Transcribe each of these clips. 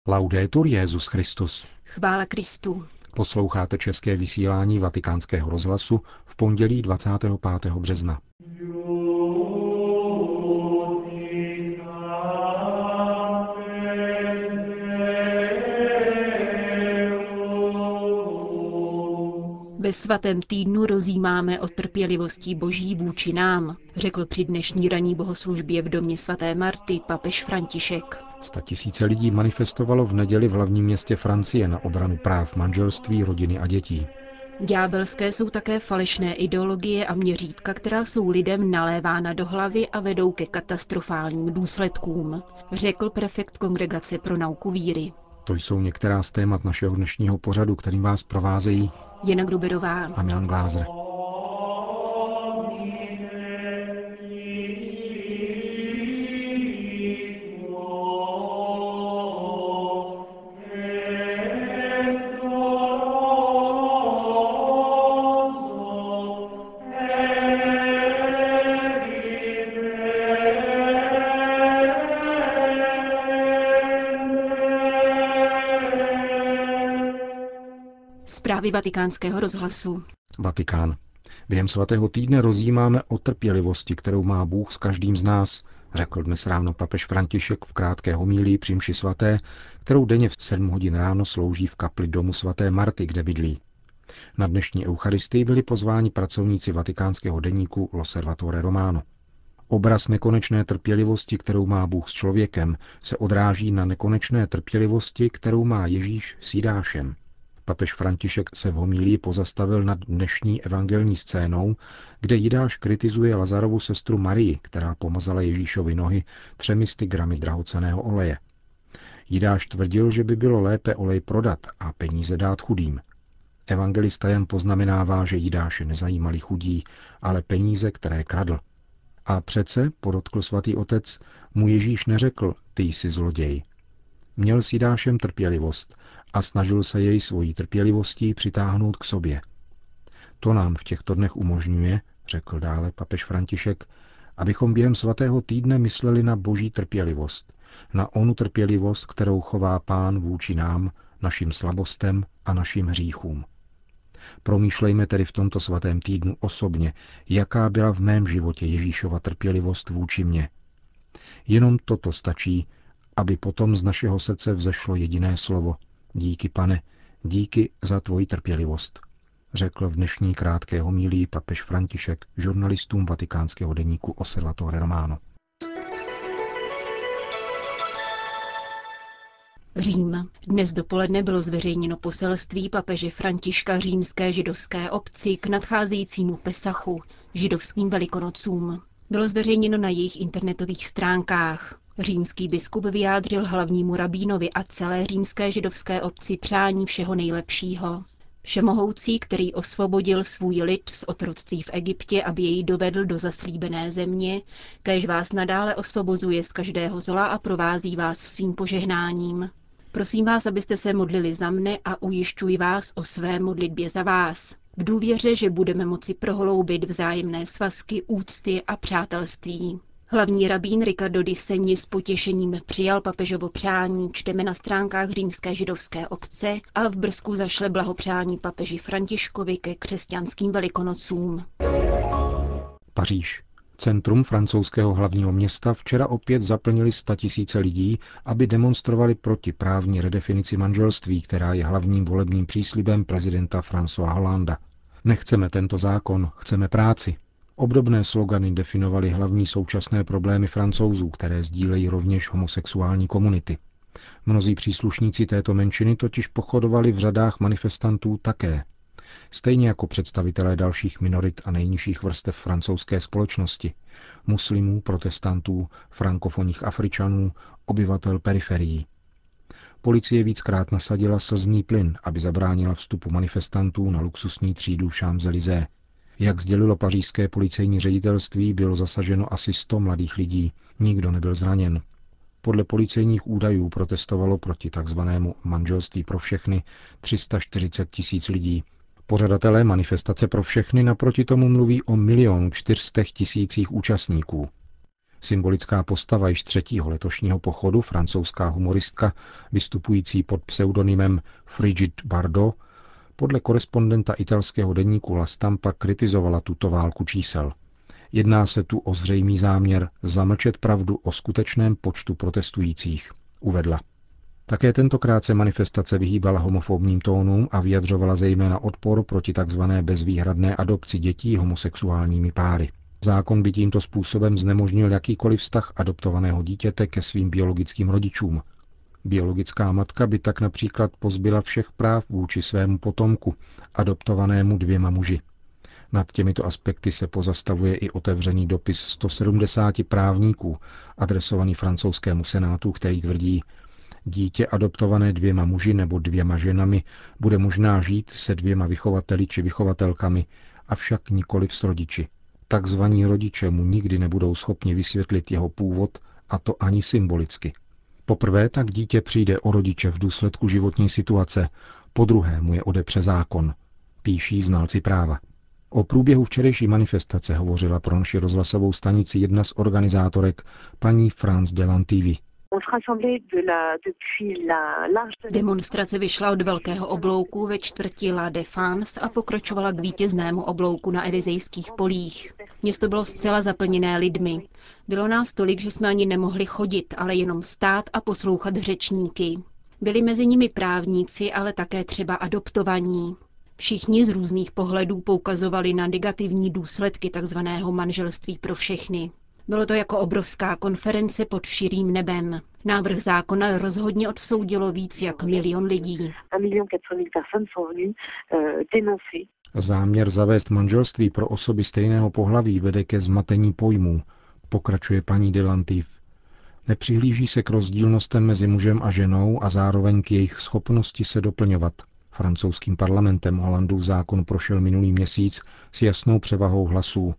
Laudetur Jesus Christus. Chvála Kristu. Posloucháte české vysílání Vatikánského rozhlasu v pondělí 25. března. Ve svatém týdnu rozjímáme o trpělivosti Boží vůči nám, řekl při dnešní ranní bohoslužbě v domě svaté Marty papež František. 100 000 lidí manifestovalo v neděli v hlavním městě Francie na obranu práv manželství, rodiny a dětí. Ďábelské jsou také falešné ideologie a měřítka, která jsou lidem nalévána do hlavy a vedou ke katastrofálním důsledkům, řekl prefekt Kongregace pro nauku víry. To jsou některá z témat našeho dnešního pořadu, kterým vás provázejí Jana Gruberová a Milan Glázer. Zprávy Vatikánského rozhlasu. Vatikán. Během svatého týdne rozjímáme o trpělivosti, kterou má Bůh s každým z nás, řekl dnes ráno papež František v krátké homílii při mši svaté, kterou denně v 7 hodin ráno slouží v kapli domu svaté Marty, kde bydlí. Na dnešní eucharistii byli pozváni pracovníci vatikánského deníku L'Osservatore Romano. Obraz nekonečné trpělivosti, kterou má Bůh s člověkem, se odráží na nekonečné trpělivosti, kterou má Ježíš s Jidášem. Papež František se v homílii pozastavil nad dnešní evangelní scénou, kde Jidáš kritizuje Lazarovu sestru Marii, která pomazala Ježíšovi nohy 300 gramy drahocenného oleje. Jidáš tvrdil, že by bylo lépe olej prodat a peníze dát chudým. Evangelista Jan poznamenává, že Jidáše nezajímali chudí, ale peníze, které kradl. A přece, podotkl svatý otec, mu Ježíš neřekl, ty jsi zloděj. Měl s Jidášem trpělivost a snažil se jej svojí trpělivostí přitáhnout k sobě. To nám v těchto dnech umožňuje, řekl dále papež František, abychom během svatého týdne mysleli na Boží trpělivost, na onu trpělivost, kterou chová Pán vůči nám, našim slabostem a našim hříchům. Promýšlejme tedy v tomto svatém týdnu osobně, jaká byla v mém životě Ježíšova trpělivost vůči mně. Jenom toto stačí, aby potom z našeho srdce vzešlo jediné slovo: díky, Pane, díky za tvoji trpělivost, řekl v dnešní krátké homílii papež František žurnalistům vatikánského deníku Osservatore Romano. Řím. Dnes dopoledne bylo zveřejněno poselství papeže Františka římské židovské obci k nadcházejícímu Pesachu, židovským velikonocům. Bylo zveřejněno na jejich internetových stránkách. Římský biskup vyjádřil hlavnímu rabínovi a celé římské židovské obci přání všeho nejlepšího. Všemohoucí, který osvobodil svůj lid z otroctví v Egyptě, aby jej dovedl do zaslíbené země, kéž vás nadále osvobozuje z každého zla a provází vás svým požehnáním. Prosím vás, abyste se modlili za mne a ujišťuji vás o své modlitbě za vás. V důvěře, že budeme moci prohloubit vzájemné svazky, úcty a přátelství. Hlavní rabín Riccardo Di Segni s potěšením přijal papežovo přání, čteme na stránkách římské židovské obce, a v brzku zašle blahopřání papeži Františkovi ke křesťanským velikonocům. Paříž. Centrum francouzského hlavního města včera opět zaplnili 100 000 lidí, aby demonstrovali proti právní redefinici manželství, která je hlavním volebním příslibem prezidenta Françoise Hollanda. Nechceme tento zákon, chceme práci. Obdobné slogany definovaly hlavní současné problémy Francouzů, které sdílejí rovněž homosexuální komunity. Mnozí příslušníci této menšiny totiž pochodovali v řadách manifestantů také. Stejně jako představitelé dalších minorit a nejnižších vrstev francouzské společnosti, muslimů, protestantů, frankofonních Afričanů, obyvatel periferií. Policie víckrát nasadila slzný plyn, aby zabránila vstupu manifestantů na luxusní třídu Champs-Élysées. Jak sdělilo pařížské policejní ředitelství, bylo zasaženo asi 100 mladých lidí, nikdo nebyl zraněn. Podle policejních údajů protestovalo proti takzvanému manželství pro všechny 340 000 lidí. Pořadatelé manifestace pro všechny naproti tomu mluví o 1 400 000 účastníků. Symbolická postava již třetího letošního pochodu, francouzská humoristka, vystupující pod pseudonymem Brigitte Bardot, podle korespondenta italského deníku La Stampa kritizovala tuto válku čísel. Jedná se tu o zřejmý záměr zamlčet pravdu o skutečném počtu protestujících, uvedla. Také tentokrát se manifestace vyhýbala homofobním tónům a vyjadřovala zejména odpor proti tzv. Bezvýhradné adopci dětí homosexuálními páry. Zákon by tímto způsobem znemožnil jakýkoliv vztah adoptovaného dítěte ke svým biologickým rodičům. Biologická matka by tak například pozbyla všech práv vůči svému potomku, adoptovanému 2 muži. Nad těmito aspekty se pozastavuje i otevřený dopis 170 právníků, adresovaný francouzskému senátu, který tvrdí, dítě adoptované 2 muži nebo 2 ženami bude možná žít se 2 vychovateli či vychovatelkami, avšak nikoliv s rodiči. Takzvaní rodiče mu nikdy nebudou schopni vysvětlit jeho původ, a to ani symbolicky. Poprvé tak dítě přijde o rodiče v důsledku životní situace, podruhé mu je odepře zákon, píší znalci práva. O průběhu včerejší manifestace hovořila pro naši rozhlasovou stanici jedna z organizátorek, paní France de Lantivy. Demonstrace vyšla od velkého oblouku ve čtvrti La Défense a pokračovala k vítěznému oblouku na Elysejských polích. Město bylo zcela zaplněné lidmi. Bylo nás tolik, že jsme ani nemohli chodit, ale jenom stát a poslouchat řečníky. Byli mezi nimi právníci, ale také třeba adoptovaní. Všichni z různých pohledů poukazovali na negativní důsledky tzv. Manželství pro všechny. Bylo to jako obrovská konference pod širým nebem. Návrh zákona rozhodně odsoudilo víc jak 1 milion lidí. Záměr zavést manželství pro osoby stejného pohlaví vede ke zmatení pojmů, pokračuje paní de Lantiv. Nepřihlíží se k rozdílnostem mezi mužem a ženou a zároveň k jejich schopnosti se doplňovat. Francouzským parlamentem Hollandův zákon prošel minulý měsíc s jasnou převahou hlasů.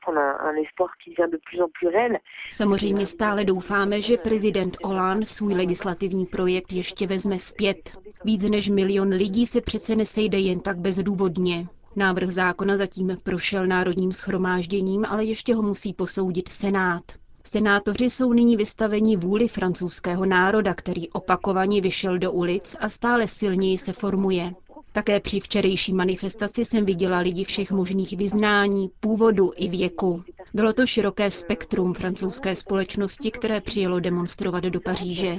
Samozřejmě stále doufáme, že prezident Hollande svůj legislativní projekt ještě vezme zpět. Víc než 1 milion lidí se přece nesejde jen tak bezdůvodně. Návrh zákona zatím prošel Národním shromážděním, ale ještě ho musí posoudit Senát. Senátoři jsou nyní vystaveni vůli francouzského národa, který opakovaně vyšel do ulic a stále silněji se formuje. Také při včerejší manifestaci jsem viděla lidi všech možných vyznání, původu i věku. Bylo to široké spektrum francouzské společnosti, které přijelo demonstrovat do Paříže.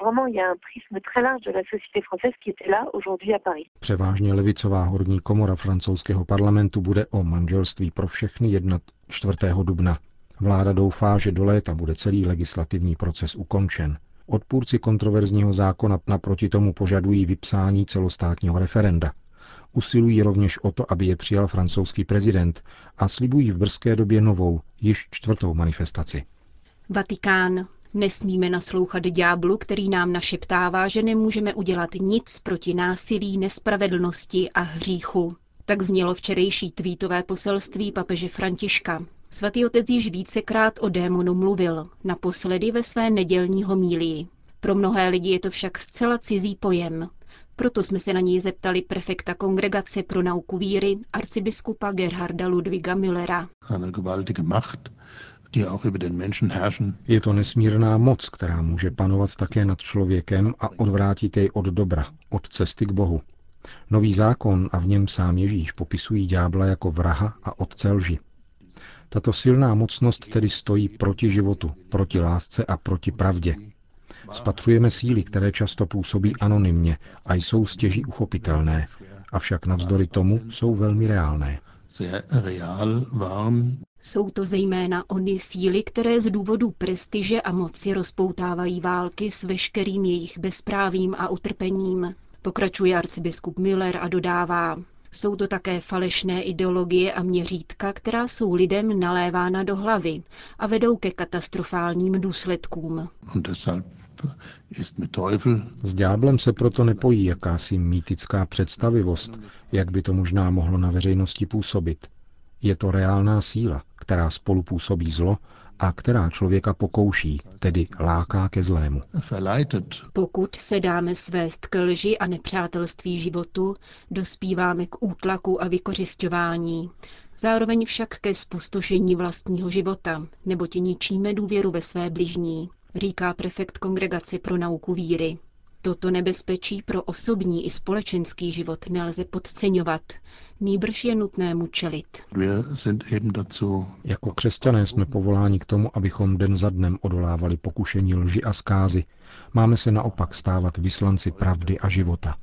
Převážně levicová horní komora francouzského parlamentu bude o manželství pro všechny jednat 4. dubna. Vláda doufá, že do léta bude celý legislativní proces ukončen. Odpůrci kontroverzního zákona naproti tomu požadují vypsání celostátního referenda. Usilují rovněž o to, aby je přijal francouzský prezident a slibují v brzké době novou, již 4. manifestaci. Vatikán. Nesmíme naslouchat ďáblu, který nám našeptává, že nemůžeme udělat nic proti násilí, nespravedlnosti a hříchu. Tak znělo včerejší tweetové poselství papeže Františka. Svatý otec již vícekrát o démonu mluvil, naposledy ve své nedělní homílii. Pro mnohé lidi je to však zcela cizí pojem. Proto jsme se na něj zeptali prefekta Kongregace pro nauku víry, arcibiskupa Gerharda Ludwiga Müllera. Je to nesmírná moc, která může panovat také nad člověkem a odvrátit jej od dobra, od cesty k Bohu. Nový zákon a v něm sám Ježíš popisují ďábla jako vraha a otce lži. Tato silná mocnost tedy stojí proti životu, proti lásce a proti pravdě. Spatřujeme síly, které často působí anonymně a jsou stěží uchopitelné, avšak navzdory tomu jsou velmi reálné. Jsou to zejména ony síly, které z důvodu prestiže a moci rozpoutávají války s veškerým jejich bezprávím a utrpením. Pokračuje arcibiskup Müller a dodává, jsou to také falešné ideologie a měřítka, která jsou lidem nalévána do hlavy a vedou ke katastrofálním důsledkům. S ďáblem se proto nepojí jakási mýtická představivost, jak by to možná mohlo na veřejnosti působit. Je to reálná síla, která spolupůsobí zlo a která člověka pokouší, tedy láká ke zlému. Pokud se dáme svést k lži a nepřátelství životu, dospíváme k útlaku a vykořisťování. Zároveň však ke zpustošení vlastního života, neboť ničíme důvěru ve své bližní, říká prefekt Kongregace pro nauku víry. Toto nebezpečí pro osobní i společenský život nelze podceňovat, nýbrž je nutné mu čelit. Jako křesťané jsme povoláni k tomu, abychom den za dnem odolávali pokušení lži a zkázy. Máme se naopak stávat vyslanci pravdy a života.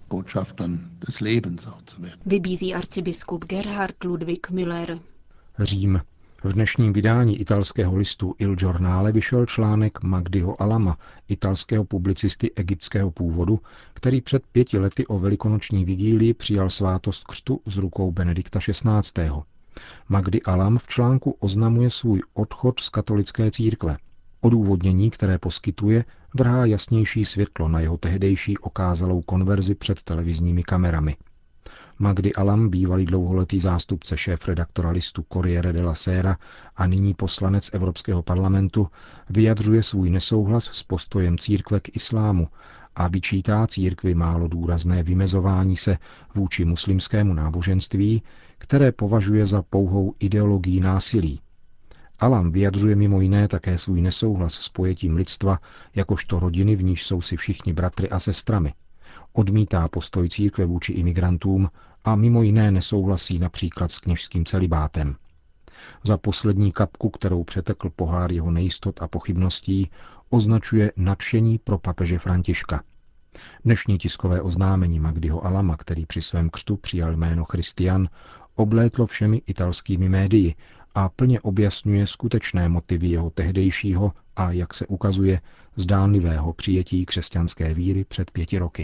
Vybízí arcibiskup Gerhard Ludwig Müller. Řím. V dnešním vydání italského listu Il Giornale vyšel článek Magdiho Alama, italského publicisty egyptského původu, který před 5 lety o velikonoční vigílii přijal svátost křtu z rukou Benedikta XVI. Magdi Alam v článku oznamuje svůj odchod z katolické církve. Odůvodnění, které poskytuje, vrhá jasnější světlo na jeho tehdejší okázalou konverzi před televizními kamerami. Magdi Alam, bývalý dlouholetý zástupce šéfredaktora listu Corriere della Sera a nyní poslanec Evropského parlamentu, vyjadřuje svůj nesouhlas s postojem církve k islámu a vyčítá církvi málo důrazné vymezování se vůči muslimskému náboženství, které považuje za pouhou ideologii násilí. Alam vyjadřuje mimo jiné také svůj nesouhlas s pojetím lidstva jakožto rodiny, v níž jsou si všichni bratry a sestrami. Odmítá postoj církve vůči imigrantům a mimo jiné nesouhlasí například s kněžským celibátem. Za poslední kapku, kterou přetekl pohár jeho nejistot a pochybností, označuje nadšení pro papeže Františka. Dnešní tiskové oznámení Magdiho Alama, který při svém křtu přijal jméno Christian, oblétlo všemi italskými médii a plně objasňuje skutečné motivy jeho tehdejšího a, jak se ukazuje, zdánlivého přijetí křesťanské víry před 5 roky.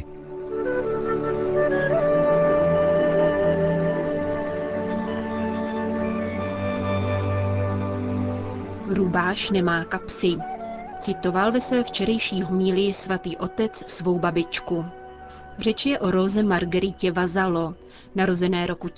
Rubáš nemá kapsy. Citoval ve své včerejší homílii svatý otec svou babičku. Řeč je o Róze Margeritě Vassallo, narozené roku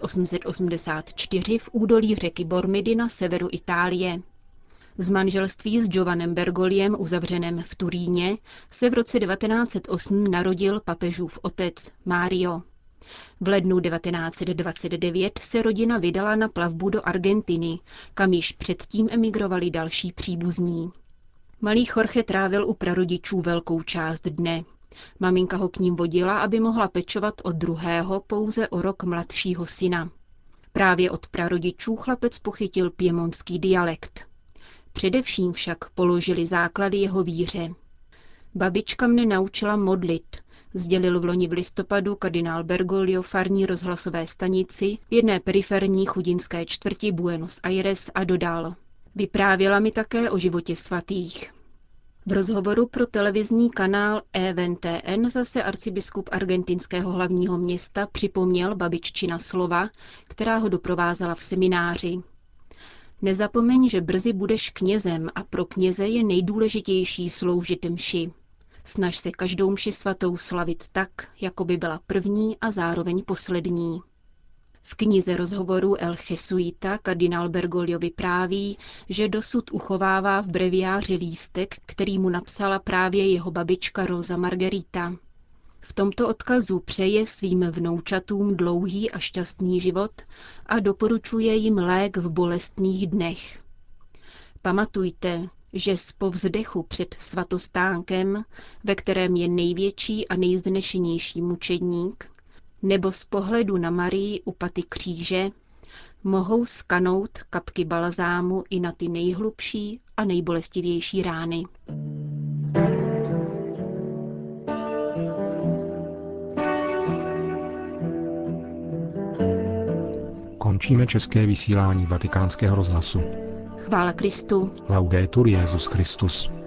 1884 v údolí řeky Bormidy na severu Itálie. Z manželství s Giovannem Bergogliem uzavřeném v Turíně se v roce 1908 narodil papežův otec Mario. V lednu 1929 se rodina vydala na plavbu do Argentiny, kam již předtím emigrovali další příbuzní. Malý Jorge trávil u prarodičů velkou část dne. Maminka ho k ním vodila, aby mohla pečovat o druhého, pouze o rok mladšího syna. Právě od prarodičů chlapec pochytil piemontský dialekt. Především však položili základy jeho víře. Babička mne naučila modlit, sdělil vloni v listopadu kardinál Bergoglio farní rozhlasové stanici v jedné periferní chudinské čtvrti Buenos Aires a dodal: Vyprávěla mi také o životě svatých. V rozhovoru pro televizní kanál EVNTN zase arcibiskup argentinského hlavního města připomněl babiččina slova, která ho doprovázela v semináři. Nezapomeň, že brzy budeš knězem a pro kněze je nejdůležitější sloužit mši. Snaž se každou mši svatou slavit tak, jako by byla první a zároveň poslední. V knize rozhovorů El Jesuita kardinál Bergoglio vypráví, že dosud uchovává v breviáři lístek, který mu napsala právě jeho babička Rosa Margarita. V tomto odkazu přeje svým vnoučatům dlouhý a šťastný život a doporučuje jim lék v bolestných dnech. Pamatujte, že z povzdechu před svatostánkem, ve kterém je největší a nejvznešenější mučedník, nebo z pohledu na Marii u paty kříže, mohou skanout kapky balzámu i na ty nejhlubší a nejbolestivější rány. Končíme české vysílání Vatikánského rozhlasu. Chvála Kristu. Laudetur Jesus Christus.